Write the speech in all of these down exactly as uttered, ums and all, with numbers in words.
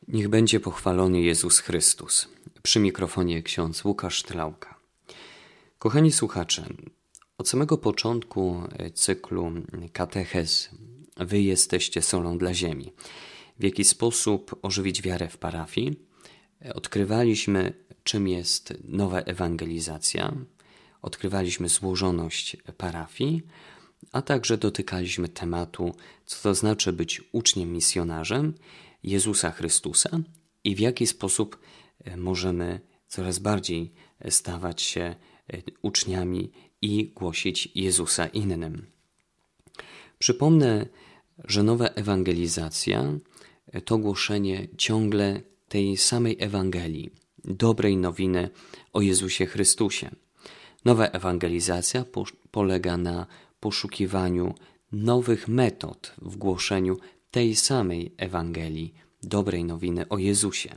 Niech będzie pochwalony Jezus Chrystus. Przy mikrofonie ksiądz Łukasz Tlałka. Kochani słuchacze, od samego początku cyklu katechez Wy jesteście solą dla ziemi. W jaki sposób ożywić wiarę w parafii? Odkrywaliśmy, czym jest nowa ewangelizacja. Odkrywaliśmy złożoność parafii, a także dotykaliśmy tematu, co to znaczy być uczniem misjonarzem Jezusa Chrystusa i w jaki sposób możemy coraz bardziej stawać się uczniami i głosić Jezusa innym. Przypomnę, że nowa ewangelizacja to głoszenie ciągle tej samej Ewangelii, dobrej nowiny o Jezusie Chrystusie. Nowa ewangelizacja po, polega na poszukiwaniu nowych metod w głoszeniu tej samej Ewangelii, dobrej nowiny o Jezusie.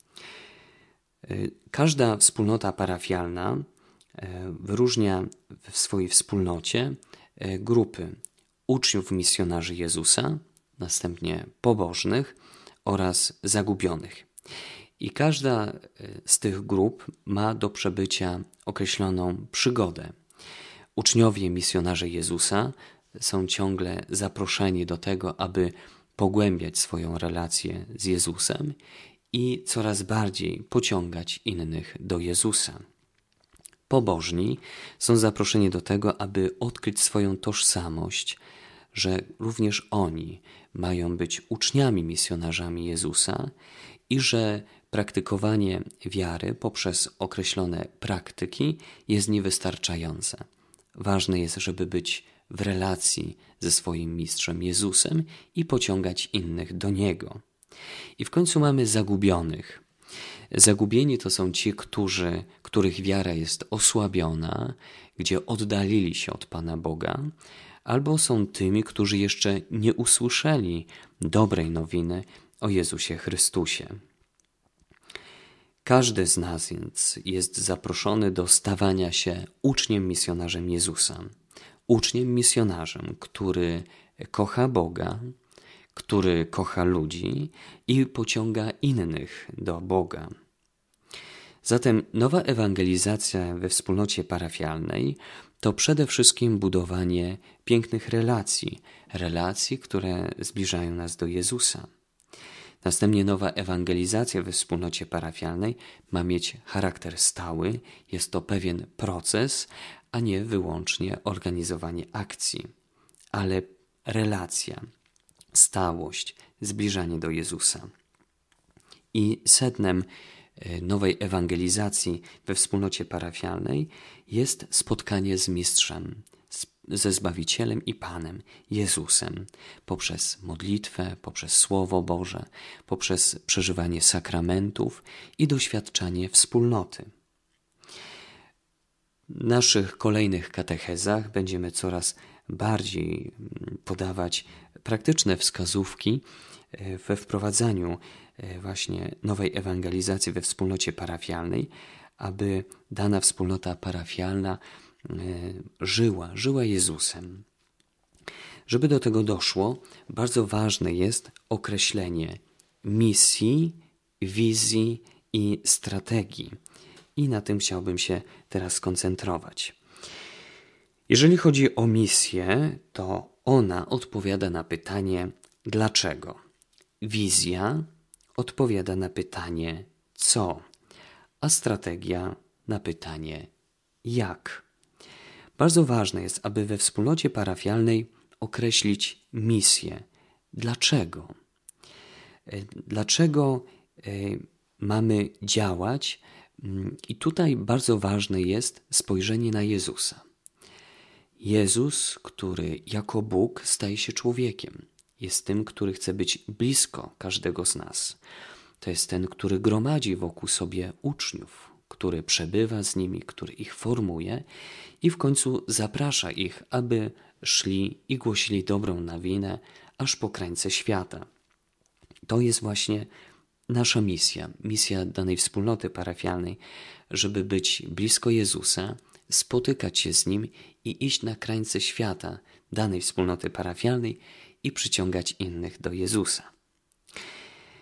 Każda wspólnota parafialna wyróżnia w swojej wspólnocie grupy uczniów misjonarzy Jezusa, następnie pobożnych oraz zagubionych. I każda z tych grup ma do przebycia określoną przygodę. Uczniowie misjonarze Jezusa są ciągle zaproszeni do tego, aby pogłębiać swoją relację z Jezusem i coraz bardziej pociągać innych do Jezusa. Pobożni są zaproszeni do tego, aby odkryć swoją tożsamość, że również oni mają być uczniami misjonarzami Jezusa i że praktykowanie wiary poprzez określone praktyki jest niewystarczające. Ważne jest, żeby być w relacji ze swoim mistrzem Jezusem i pociągać innych do Niego. I w końcu mamy zagubionych. Zagubieni to są ci, którzy, których wiara jest osłabiona, gdzie oddalili się od Pana Boga, albo są tymi, którzy jeszcze nie usłyszeli dobrej nowiny o Jezusie Chrystusie. Każdy z nas więc jest zaproszony do stawania się uczniem misjonarzem Jezusa. Uczniem misjonarzem, który kocha Boga, który kocha ludzi i pociąga innych do Boga. Zatem nowa ewangelizacja we wspólnocie parafialnej to przede wszystkim budowanie pięknych relacji, relacji, które zbliżają nas do Jezusa. Następnie nowa ewangelizacja we wspólnocie parafialnej ma mieć charakter stały, jest to pewien proces, a nie wyłącznie organizowanie akcji, ale relacja, stałość, zbliżanie do Jezusa. I sednem nowej ewangelizacji we wspólnocie parafialnej jest spotkanie z Mistrzem, ze Zbawicielem i Panem, Jezusem, poprzez modlitwę, poprzez Słowo Boże, poprzez przeżywanie sakramentów i doświadczanie wspólnoty. W naszych kolejnych katechezach będziemy coraz bardziej podawać praktyczne wskazówki we wprowadzaniu właśnie nowej ewangelizacji we wspólnocie parafialnej, aby dana wspólnota parafialna żyła, żyła Jezusem. Żeby do tego doszło, bardzo ważne jest określenie misji, wizji i strategii. I na tym chciałbym się teraz skoncentrować. Jeżeli chodzi o misję, to ona odpowiada na pytanie dlaczego. Wizja odpowiada na pytanie co, a strategia na pytanie jak. Bardzo ważne jest, aby we wspólnocie parafialnej określić misję. Dlaczego? Dlaczego mamy działać? I tutaj bardzo ważne jest spojrzenie na Jezusa. Jezus, który jako Bóg staje się człowiekiem, jest tym, który chce być blisko każdego z nas. To jest ten, który gromadzi wokół sobie uczniów, który przebywa z nimi, który ich formuje i w końcu zaprasza ich, aby szli i głosili dobrą nowinę aż po krańce świata. To jest właśnie nasza misja, misja danej wspólnoty parafialnej, żeby być blisko Jezusa, spotykać się z Nim i iść na krańce świata danej wspólnoty parafialnej i przyciągać innych do Jezusa.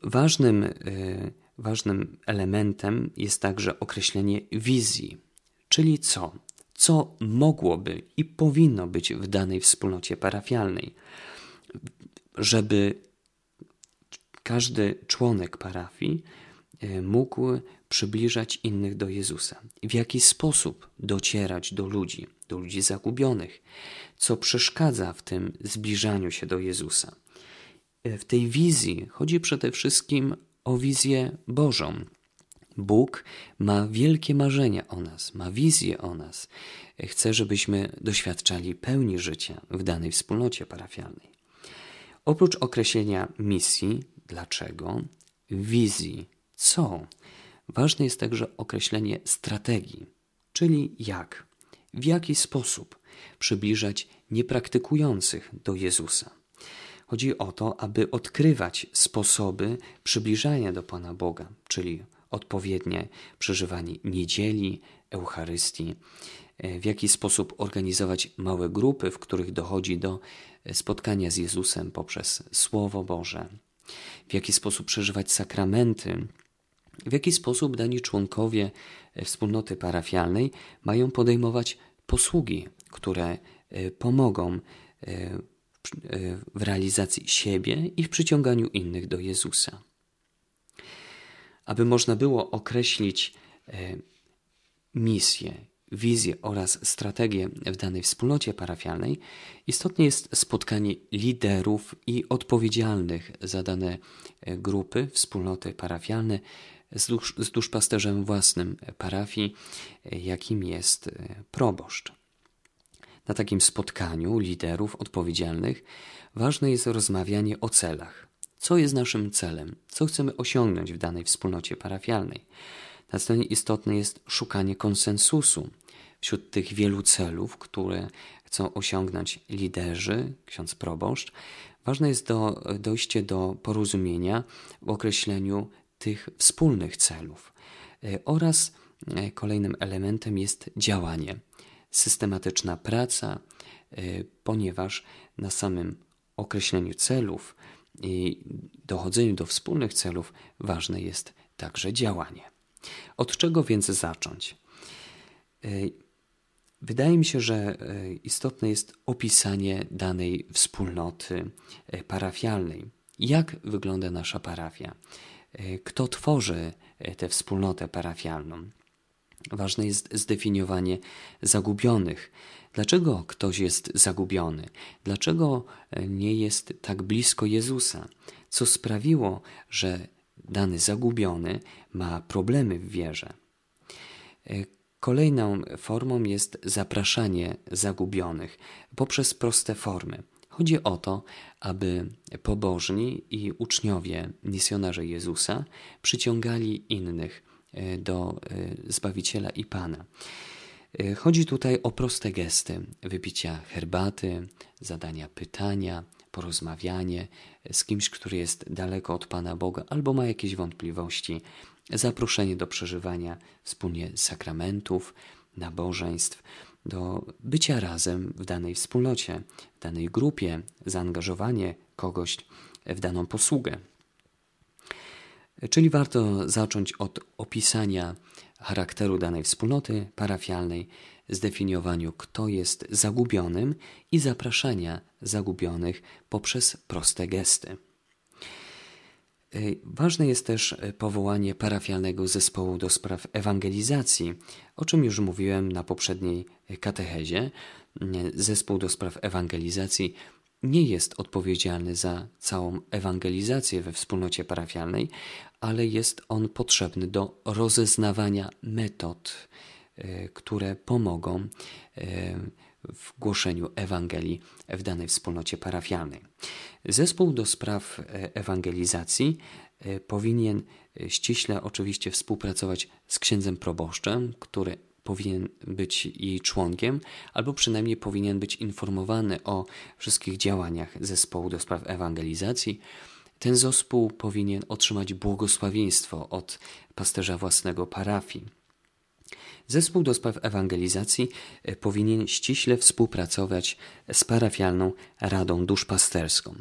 Ważnym, ważnym elementem jest także określenie wizji, czyli co? Co mogłoby i powinno być w danej wspólnocie parafialnej, żeby każdy członek parafii mógł przybliżać innych do Jezusa. W jaki sposób docierać do ludzi, do ludzi zagubionych, co przeszkadza w tym zbliżaniu się do Jezusa. W tej wizji chodzi przede wszystkim o wizję Bożą. Bóg ma wielkie marzenia o nas, ma wizję o nas. Chce, żebyśmy doświadczali pełni życia w danej wspólnocie parafialnej. Oprócz określenia misji, dlaczego, wizji, co, ważne jest także określenie strategii, czyli jak, w jaki sposób przybliżać niepraktykujących do Jezusa. Chodzi o to, aby odkrywać sposoby przybliżania do Pana Boga, czyli odpowiednie przeżywanie niedzieli, Eucharystii, w jaki sposób organizować małe grupy, w których dochodzi do spotkania z Jezusem poprzez Słowo Boże, w jaki sposób przeżywać sakramenty, w jaki sposób dani członkowie wspólnoty parafialnej mają podejmować posługi, które pomogą w realizacji siebie i w przyciąganiu innych do Jezusa. Aby można było określić misję, wizję oraz strategię w danej wspólnocie parafialnej, istotne jest spotkanie liderów i odpowiedzialnych za dane grupy, wspólnoty parafialne z, dusz, z duszpasterzem własnym parafii, jakim jest proboszcz. Na takim spotkaniu liderów odpowiedzialnych ważne jest rozmawianie o celach. Co jest naszym celem? Co chcemy osiągnąć w danej wspólnocie parafialnej? Następnie istotne jest szukanie konsensusu wśród tych wielu celów, które chcą osiągnąć liderzy, ksiądz proboszcz. Ważne jest do, dojście do porozumienia w określeniu tych wspólnych celów. Oraz kolejnym elementem jest działanie. Systematyczna praca, ponieważ na samym określeniu celów i dochodzeniu do wspólnych celów ważne jest także działanie. Od czego więc zacząć? Wydaje mi się, że istotne jest opisanie danej wspólnoty parafialnej. Jak wygląda nasza parafia? Kto tworzy tę wspólnotę parafialną? Ważne jest zdefiniowanie zagubionych. Dlaczego ktoś jest zagubiony? Dlaczego nie jest tak blisko Jezusa? Co sprawiło, że dany zagubiony ma problemy w wierze? Kolejną formą jest zapraszanie zagubionych poprzez proste formy. Chodzi o to, aby pobożni i uczniowie, misjonarze Jezusa przyciągali innych do Zbawiciela i Pana. Chodzi tutaj o proste gesty, wypicia herbaty, zadania pytania, porozmawianie z kimś, który jest daleko od Pana Boga albo ma jakieś wątpliwości, zaproszenie do przeżywania wspólnie sakramentów, nabożeństw, do bycia razem w danej wspólnocie, w danej grupie, zaangażowanie kogoś w daną posługę. Czyli warto zacząć od opisania charakteru danej wspólnoty parafialnej, zdefiniowaniu, kto jest zagubionym i zapraszania zagubionych poprzez proste gesty. Ważne jest też powołanie parafialnego zespołu do spraw ewangelizacji, o czym już mówiłem na poprzedniej katechezie. Zespół do spraw ewangelizacji nie jest odpowiedzialny za całą ewangelizację we wspólnocie parafialnej, ale jest on potrzebny do rozeznawania metod, które pomogą w głoszeniu Ewangelii w danej wspólnocie parafialnej. Zespół do spraw ewangelizacji powinien ściśle oczywiście współpracować z księdzem proboszczem, który powinien być jej członkiem, albo przynajmniej powinien być informowany o wszystkich działaniach zespołu do spraw ewangelizacji. Ten zespół powinien otrzymać błogosławieństwo od pasterza własnego parafii. Zespół do spraw ewangelizacji powinien ściśle współpracować z parafialną radą duszpasterską.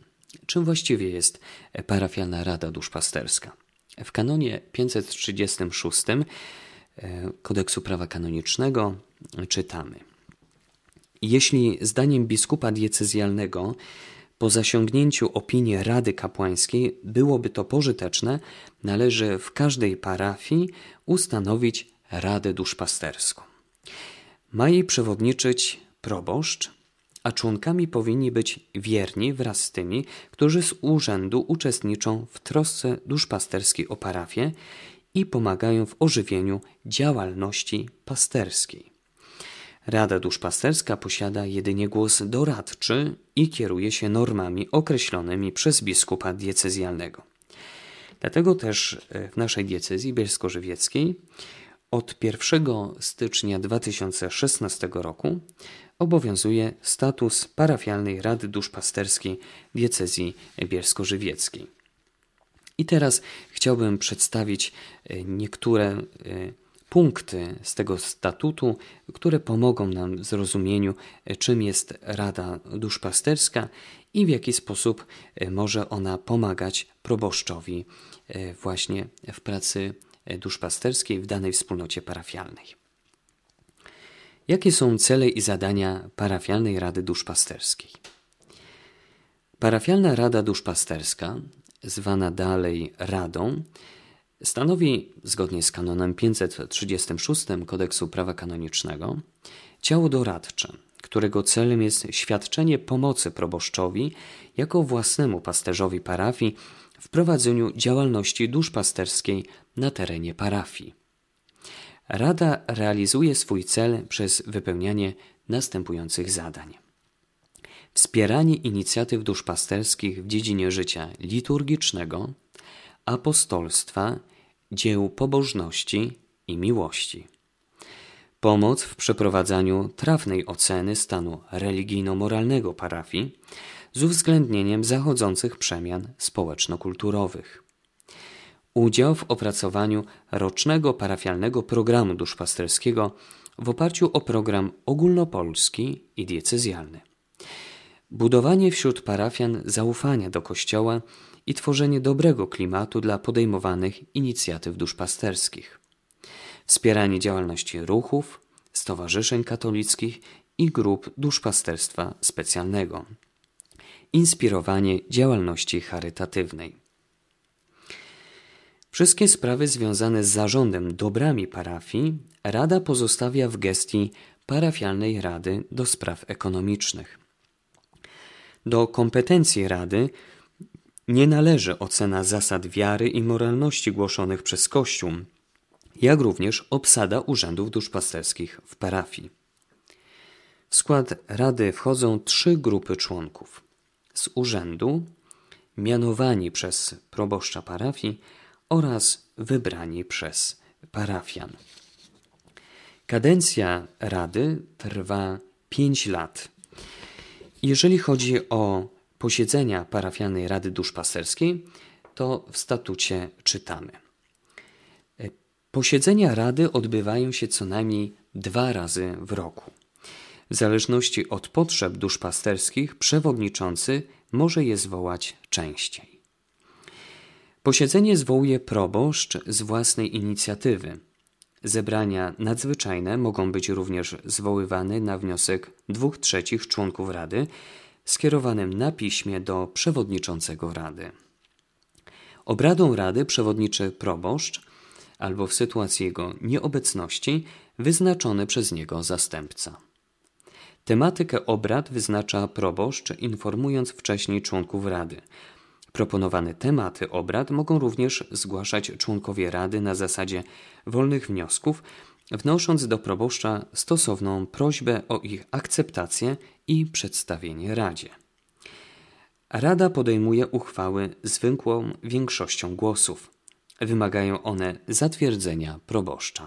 czym właściwie jest parafialna Rada Duszpasterska? W kanonie pięćset trzydziestym szóstym Kodeksu Prawa Kanonicznego czytamy: jeśli zdaniem biskupa diecezjalnego po zasięgnięciu opinii Rady Kapłańskiej byłoby to pożyteczne, należy w każdej parafii ustanowić Radę Duszpasterską. Ma jej przewodniczyć proboszcz, a członkami powinni być wierni wraz z tymi, którzy z urzędu uczestniczą w trosce duszpasterskiej o parafię i pomagają w ożywieniu działalności pasterskiej. Rada Duszpasterska posiada jedynie głos doradczy i kieruje się normami określonymi przez biskupa diecezjalnego. Dlatego też w naszej diecezji bielsko-żywieckiej od pierwszego stycznia dwa tysiące szesnastego roku obowiązuje status parafialnej Rady Duszpasterskiej diecezji bielsko-żywieckiej. I teraz chciałbym przedstawić niektóre punkty z tego statutu, które pomogą nam w zrozumieniu, czym jest Rada Duszpasterska i w jaki sposób może ona pomagać proboszczowi właśnie w pracy duszpasterskiej w danej wspólnocie parafialnej. Jakie są cele i zadania parafialnej Rady Duszpasterskiej? Parafialna Rada Duszpasterska, zwana dalej Radą, stanowi, zgodnie z kanonem pięćset trzydziestym szóstym Kodeksu Prawa Kanonicznego, ciało doradcze, którego celem jest świadczenie pomocy proboszczowi jako własnemu pasterzowi parafii w prowadzeniu działalności duszpasterskiej na terenie parafii. Rada realizuje swój cel przez wypełnianie następujących zadań: wspieranie inicjatyw duszpasterskich w dziedzinie życia liturgicznego, apostolstwa, dzieł pobożności i miłości, pomoc w przeprowadzaniu trafnej oceny stanu religijno-moralnego parafii z uwzględnieniem zachodzących przemian społeczno-kulturowych, udział w opracowaniu rocznego parafialnego programu duszpasterskiego w oparciu o program ogólnopolski i diecezjalny, budowanie wśród parafian zaufania do Kościoła i tworzenie dobrego klimatu dla podejmowanych inicjatyw duszpasterskich, wspieranie działalności ruchów, stowarzyszeń katolickich i grup duszpasterstwa specjalnego, inspirowanie działalności charytatywnej. Wszystkie sprawy związane z zarządem dobrami parafii Rada pozostawia w gestii parafialnej Rady do spraw ekonomicznych. Do kompetencji Rady nie należy ocena zasad wiary i moralności głoszonych przez Kościół, jak również obsada urzędów duszpasterskich w parafii. W skład Rady wchodzą trzy grupy członków: z urzędu, mianowani przez proboszcza parafii oraz wybrani przez parafian. Kadencja Rady trwa pięć lat. Jeżeli chodzi o posiedzenia parafialnej Rady Duszpasterskiej, to w statucie czytamy: posiedzenia Rady odbywają się co najmniej dwa razy w roku. W zależności od potrzeb duszpasterskich przewodniczący może je zwołać częściej. Posiedzenie zwołuje proboszcz z własnej inicjatywy. Zebrania nadzwyczajne mogą być również zwoływane na wniosek dwóch trzecich członków Rady, skierowanym na piśmie do przewodniczącego Rady. Obradom Rady przewodniczy proboszcz albo w sytuacji jego nieobecności wyznaczony przez niego zastępca. Tematykę obrad wyznacza proboszcz, informując wcześniej członków Rady. Proponowane tematy obrad mogą również zgłaszać członkowie Rady na zasadzie wolnych wniosków, wnosząc do proboszcza stosowną prośbę o ich akceptację i przedstawienie Radzie. Rada podejmuje uchwały zwykłą większością głosów. Wymagają one zatwierdzenia proboszcza.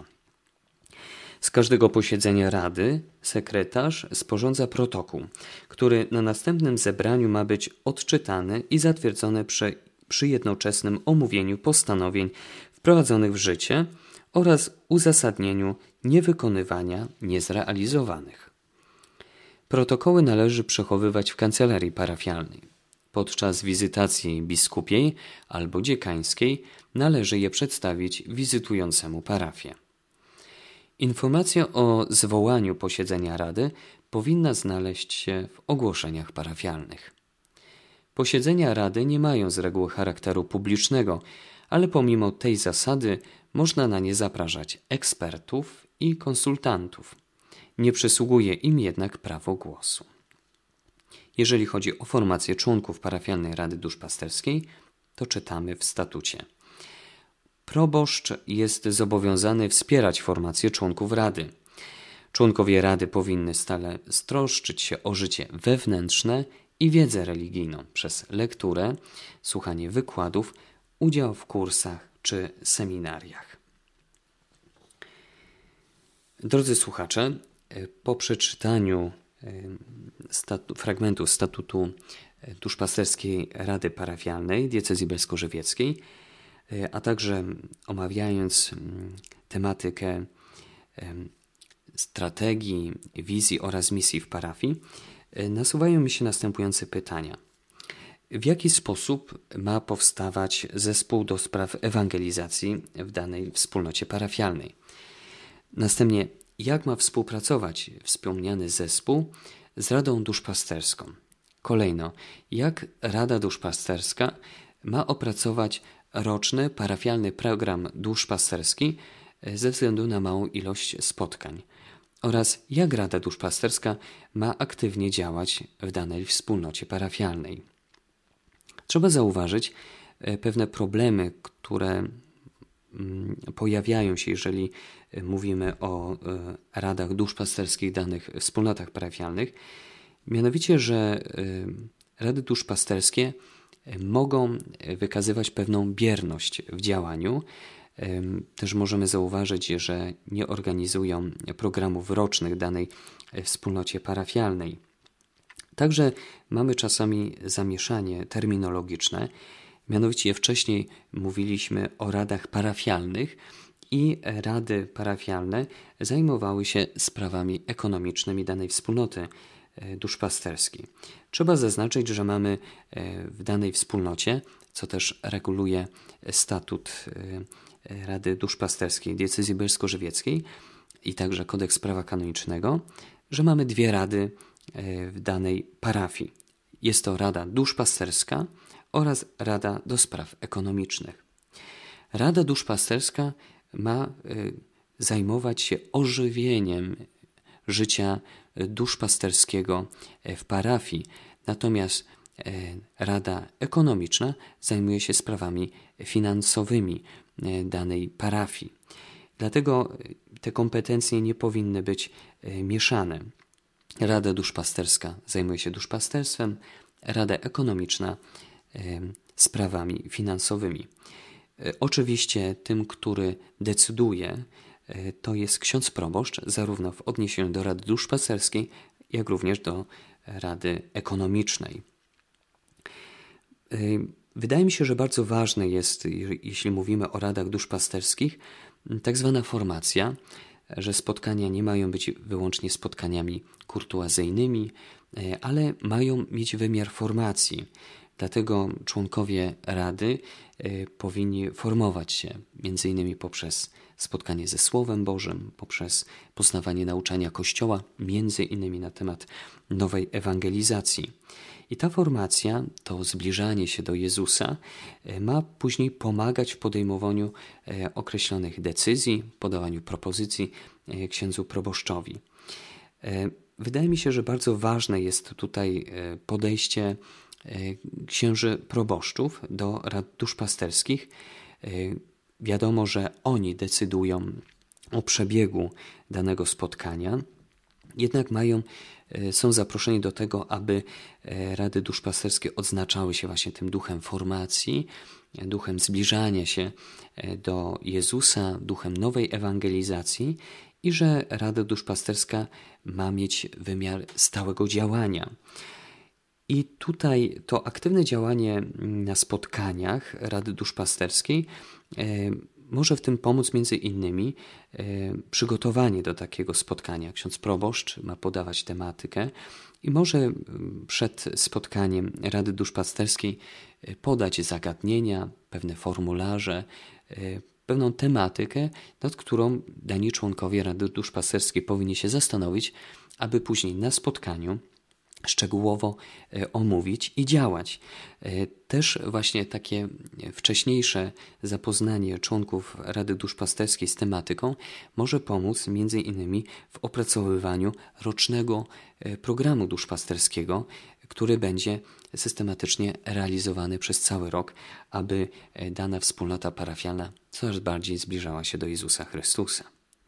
Z każdego posiedzenia Rady sekretarz sporządza protokół, który na następnym zebraniu ma być odczytany i zatwierdzony przy, przy jednoczesnym omówieniu postanowień wprowadzonych w życie oraz uzasadnieniu niewykonywania niezrealizowanych. Protokoły należy przechowywać w kancelarii parafialnej. podczas wizytacji biskupiej albo dziekańskiej należy je przedstawić wizytującemu parafię. Informacja o zwołaniu posiedzenia Rady powinna znaleźć się w ogłoszeniach parafialnych. Posiedzenia Rady nie mają z reguły charakteru publicznego, ale pomimo tej zasady można na nie zapraszać ekspertów i konsultantów. Nie przysługuje im jednak prawo głosu. Jeżeli chodzi o formację członków parafialnej Rady Duszpasterskiej, to czytamy w statucie. Proboszcz jest zobowiązany wspierać formację członków Rady. Członkowie Rady powinny stale stroszczyć się o życie wewnętrzne i wiedzę religijną przez lekturę, słuchanie wykładów, udział w kursach czy seminariach. Drodzy słuchacze, po przeczytaniu statu, fragmentu statutu Duszpasterskiej Rady Parafialnej Diecezji Bielsko-Żywieckiej, a także omawiając tematykę strategii, wizji oraz misji w parafii, nasuwają mi się następujące pytania. W jaki sposób ma powstawać zespół do spraw ewangelizacji w danej wspólnocie parafialnej? Następnie, jak ma współpracować wspomniany zespół z Radą Duszpasterską? Kolejno, jak Rada Duszpasterska ma opracować roczny parafialny program duszpasterski ze względu na małą ilość spotkań? Oraz jak Rada Duszpasterska ma aktywnie działać w danej wspólnocie parafialnej? Trzeba zauważyć pewne problemy, które pojawiają się, jeżeli mówimy o radach duszpasterskich danych wspólnotach parafialnych. Mianowicie, że rady duszpasterskie mogą wykazywać pewną bierność w działaniu. Też możemy zauważyć, że nie organizują programów rocznych danej wspólnocie parafialnej. Także mamy czasami zamieszanie terminologiczne. Mianowicie wcześniej mówiliśmy o radach parafialnych i rady parafialne zajmowały się sprawami ekonomicznymi danej wspólnoty duszpasterskiej. Trzeba zaznaczyć, że mamy w danej wspólnocie, co też reguluje statut Rady Duszpasterskiej Diecezji Bielsko-Żywieckiej i także kodeks prawa kanonicznego, że mamy dwie rady w danej parafii. Jest to Rada Duszpasterska oraz Rada do Spraw Ekonomicznych. Rada Duszpasterska ma zajmować się ożywieniem życia duszpasterskiego w parafii, natomiast Rada Ekonomiczna zajmuje się sprawami finansowymi danej parafii. Dlatego te kompetencje nie powinny być mieszane. Rada Duszpasterska zajmuje się duszpasterstwem, Rada Ekonomiczna sprawami finansowymi. Oczywiście tym, który decyduje, to jest ksiądz proboszcz, zarówno w odniesieniu do Rady Duszpasterskiej, jak również do Rady Ekonomicznej. Wydaje mi się, że bardzo ważne jest, jeśli mówimy o radach duszpasterskich, tak zwana formacja, że spotkania nie mają być wyłącznie spotkaniami kurtuazyjnymi, ale mają mieć wymiar formacji. Dlatego członkowie Rady powinni formować się między innymi poprzez spotkanie ze Słowem Bożym, poprzez poznawanie nauczania Kościoła, między innymi na temat nowej ewangelizacji. I ta formacja, to zbliżanie się do Jezusa, ma później pomagać w podejmowaniu określonych decyzji, podawaniu propozycji księdzu proboszczowi. Wydaje mi się, że bardzo ważne jest tutaj podejście księży proboszczów do rad duszpasterskich. Wiadomo, że oni decydują o przebiegu danego spotkania, jednak mają, są zaproszeni do tego, aby rady duszpasterskie odznaczały się właśnie tym duchem formacji, duchem zbliżania się do Jezusa, duchem nowej ewangelizacji i że Rada Duszpasterska ma mieć wymiar stałego działania. I tutaj to aktywne działanie na spotkaniach Rady Duszpasterskiej Może w tym pomóc między innymi przygotowanie do takiego spotkania. Ksiądz proboszcz ma podawać tematykę i może przed spotkaniem Rady Duszpasterskiej podać zagadnienia, pewne formularze, pewną tematykę, nad którą dani członkowie Rady Duszpasterskiej powinni się zastanowić, aby później na spotkaniu szczegółowo omówić i działać. Też właśnie takie wcześniejsze zapoznanie członków Rady Duszpasterskiej z tematyką może pomóc między innymi w opracowywaniu rocznego programu duszpasterskiego, który będzie systematycznie realizowany przez cały rok, aby dana wspólnota parafialna coraz bardziej zbliżała się do Jezusa Chrystusa.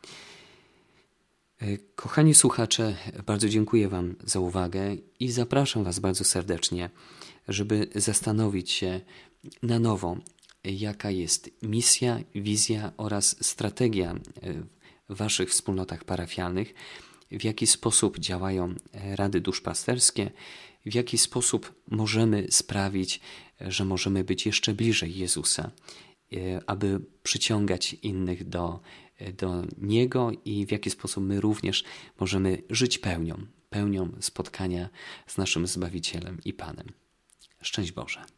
Kochani słuchacze, bardzo dziękuję Wam za uwagę i zapraszam Was bardzo serdecznie, żeby zastanowić się na nowo, jaka jest misja, wizja oraz strategia w Waszych wspólnotach parafialnych, w jaki sposób działają rady duszpasterskie, w jaki sposób możemy sprawić, że możemy być jeszcze bliżej Jezusa, aby przyciągać innych do, do Niego i w jaki sposób my również możemy żyć pełnią, pełnią spotkania z naszym Zbawicielem i Panem. Szczęść Boże.